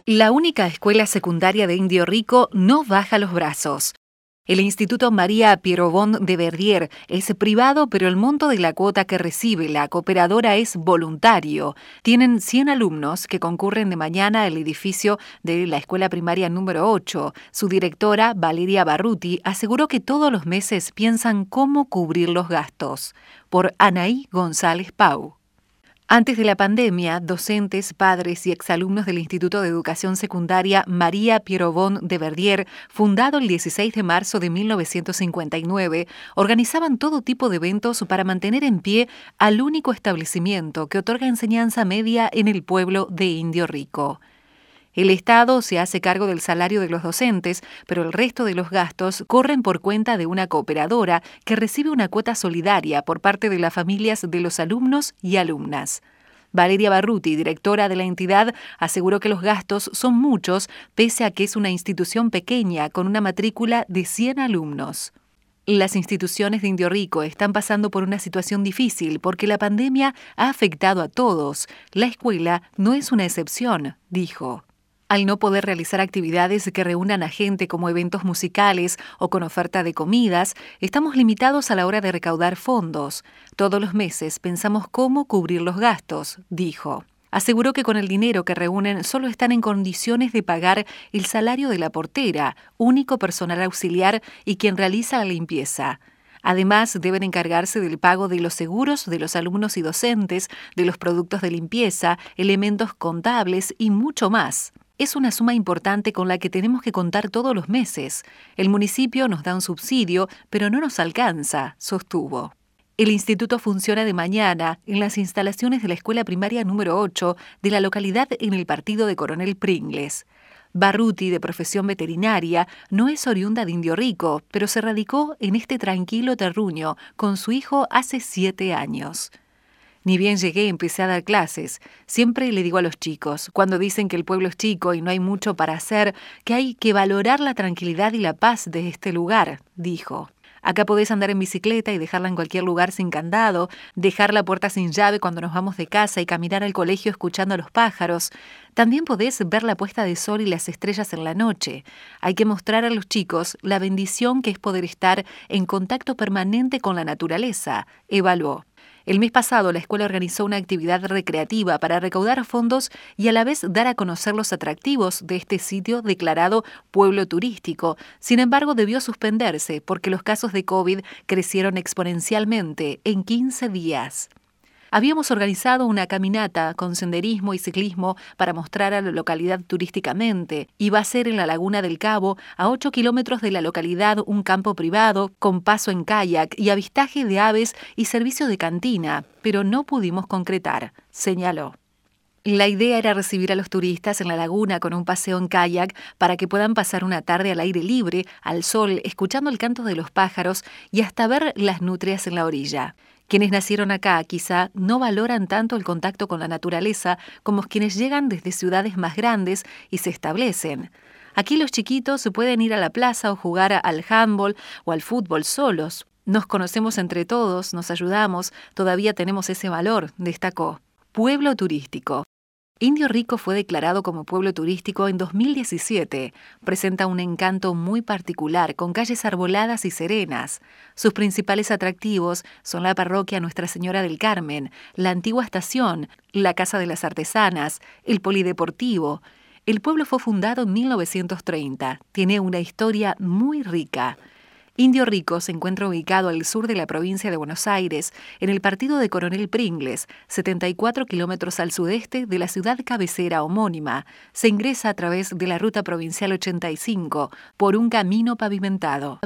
La única escuela secundaria de Indio Rico no baja los brazos. El Instituto María Pierobón de Verdier es privado, pero el monto de la cuota que recibe la cooperadora es voluntario. Tienen 100 alumnos que concurren de mañana al edificio de la escuela primaria número 8. Su directora, Valeria Barruti, aseguró que todos los meses piensan cómo cubrir los gastos. Por Anaí González Pau. Antes de la pandemia, docentes, padres y exalumnos del Instituto de Educación Secundaria María Pierobón de Verdier, fundado el 16 de marzo de 1959, organizaban todo tipo de eventos para mantener en pie al único establecimiento que otorga enseñanza media en el pueblo de Indio Rico. El Estado se hace cargo del salario de los docentes, pero el resto de los gastos corren por cuenta de una cooperadora que recibe una cuota solidaria por parte de las familias de los alumnos y alumnas. Valeria Barruti, directora de la entidad, aseguró que los gastos son muchos, pese a que es una institución pequeña con una matrícula de 100 alumnos. Las instituciones de Indio Rico están pasando por una situación difícil porque la pandemia ha afectado a todos. La escuela no es una excepción, dijo. Al no poder realizar actividades que reúnan a gente como eventos musicales o con oferta de comidas, estamos limitados a la hora de recaudar fondos. Todos los meses pensamos cómo cubrir los gastos, dijo. Aseguró que con el dinero que reúnen solo están en condiciones de pagar el salario de la portera, único personal auxiliar y quien realiza la limpieza. Además, deben encargarse del pago de los seguros de los alumnos y docentes, de los productos de limpieza, elementos contables y mucho más. Es una suma importante con la que tenemos que contar todos los meses. El municipio nos da un subsidio, pero no nos alcanza, sostuvo. El instituto funciona de mañana en las instalaciones de la escuela primaria número 8 de la localidad en el partido de Coronel Pringles. Barruti, de profesión veterinaria, no es oriunda de Indio Rico, pero se radicó en este tranquilo terruño con su hijo hace 7 años. Ni bien llegué, empecé a dar clases. Siempre le digo a los chicos, cuando dicen que el pueblo es chico y no hay mucho para hacer, que hay que valorar la tranquilidad y la paz de este lugar, dijo. Acá podés andar en bicicleta y dejarla en cualquier lugar sin candado, dejar la puerta sin llave cuando nos vamos de casa y caminar al colegio escuchando a los pájaros. También podés ver la puesta de sol y las estrellas en la noche. Hay que mostrar a los chicos la bendición que es poder estar en contacto permanente con la naturaleza, evaluó. El mes pasado, la escuela organizó una actividad recreativa para recaudar fondos y a la vez dar a conocer los atractivos de este sitio declarado pueblo turístico. Sin embargo, debió suspenderse porque los casos de COVID crecieron exponencialmente en 15 días. Habíamos organizado una caminata con senderismo y ciclismo para mostrar a la localidad turísticamente. Iba a ser en la Laguna del Cabo, a 8 kilómetros de la localidad, un campo privado, con paso en kayak y avistaje de aves y servicio de cantina, pero no pudimos concretar, señaló. La idea era recibir a los turistas en la laguna con un paseo en kayak para que puedan pasar una tarde al aire libre, al sol, escuchando el canto de los pájaros y hasta ver las nutrias en la orilla. Quienes nacieron acá quizá no valoran tanto el contacto con la naturaleza como quienes llegan desde ciudades más grandes y se establecen. Aquí los chiquitos pueden ir a la plaza o jugar al handball o al fútbol solos. Nos conocemos entre todos, nos ayudamos, todavía tenemos ese valor, destacó. Pueblo turístico. Indio Rico fue declarado como pueblo turístico en 2017. Presenta un encanto muy particular, con calles arboladas y serenas. Sus principales atractivos son la parroquia Nuestra Señora del Carmen, la antigua estación, la Casa de las Artesanas, el polideportivo. El pueblo fue fundado en 1930. Tiene una historia muy rica. Indio Rico se encuentra ubicado al sur de la provincia de Buenos Aires, en el partido de Coronel Pringles, 74 kilómetros al sudeste de la ciudad cabecera homónima. Se ingresa a través de la ruta provincial 85 por un camino pavimentado.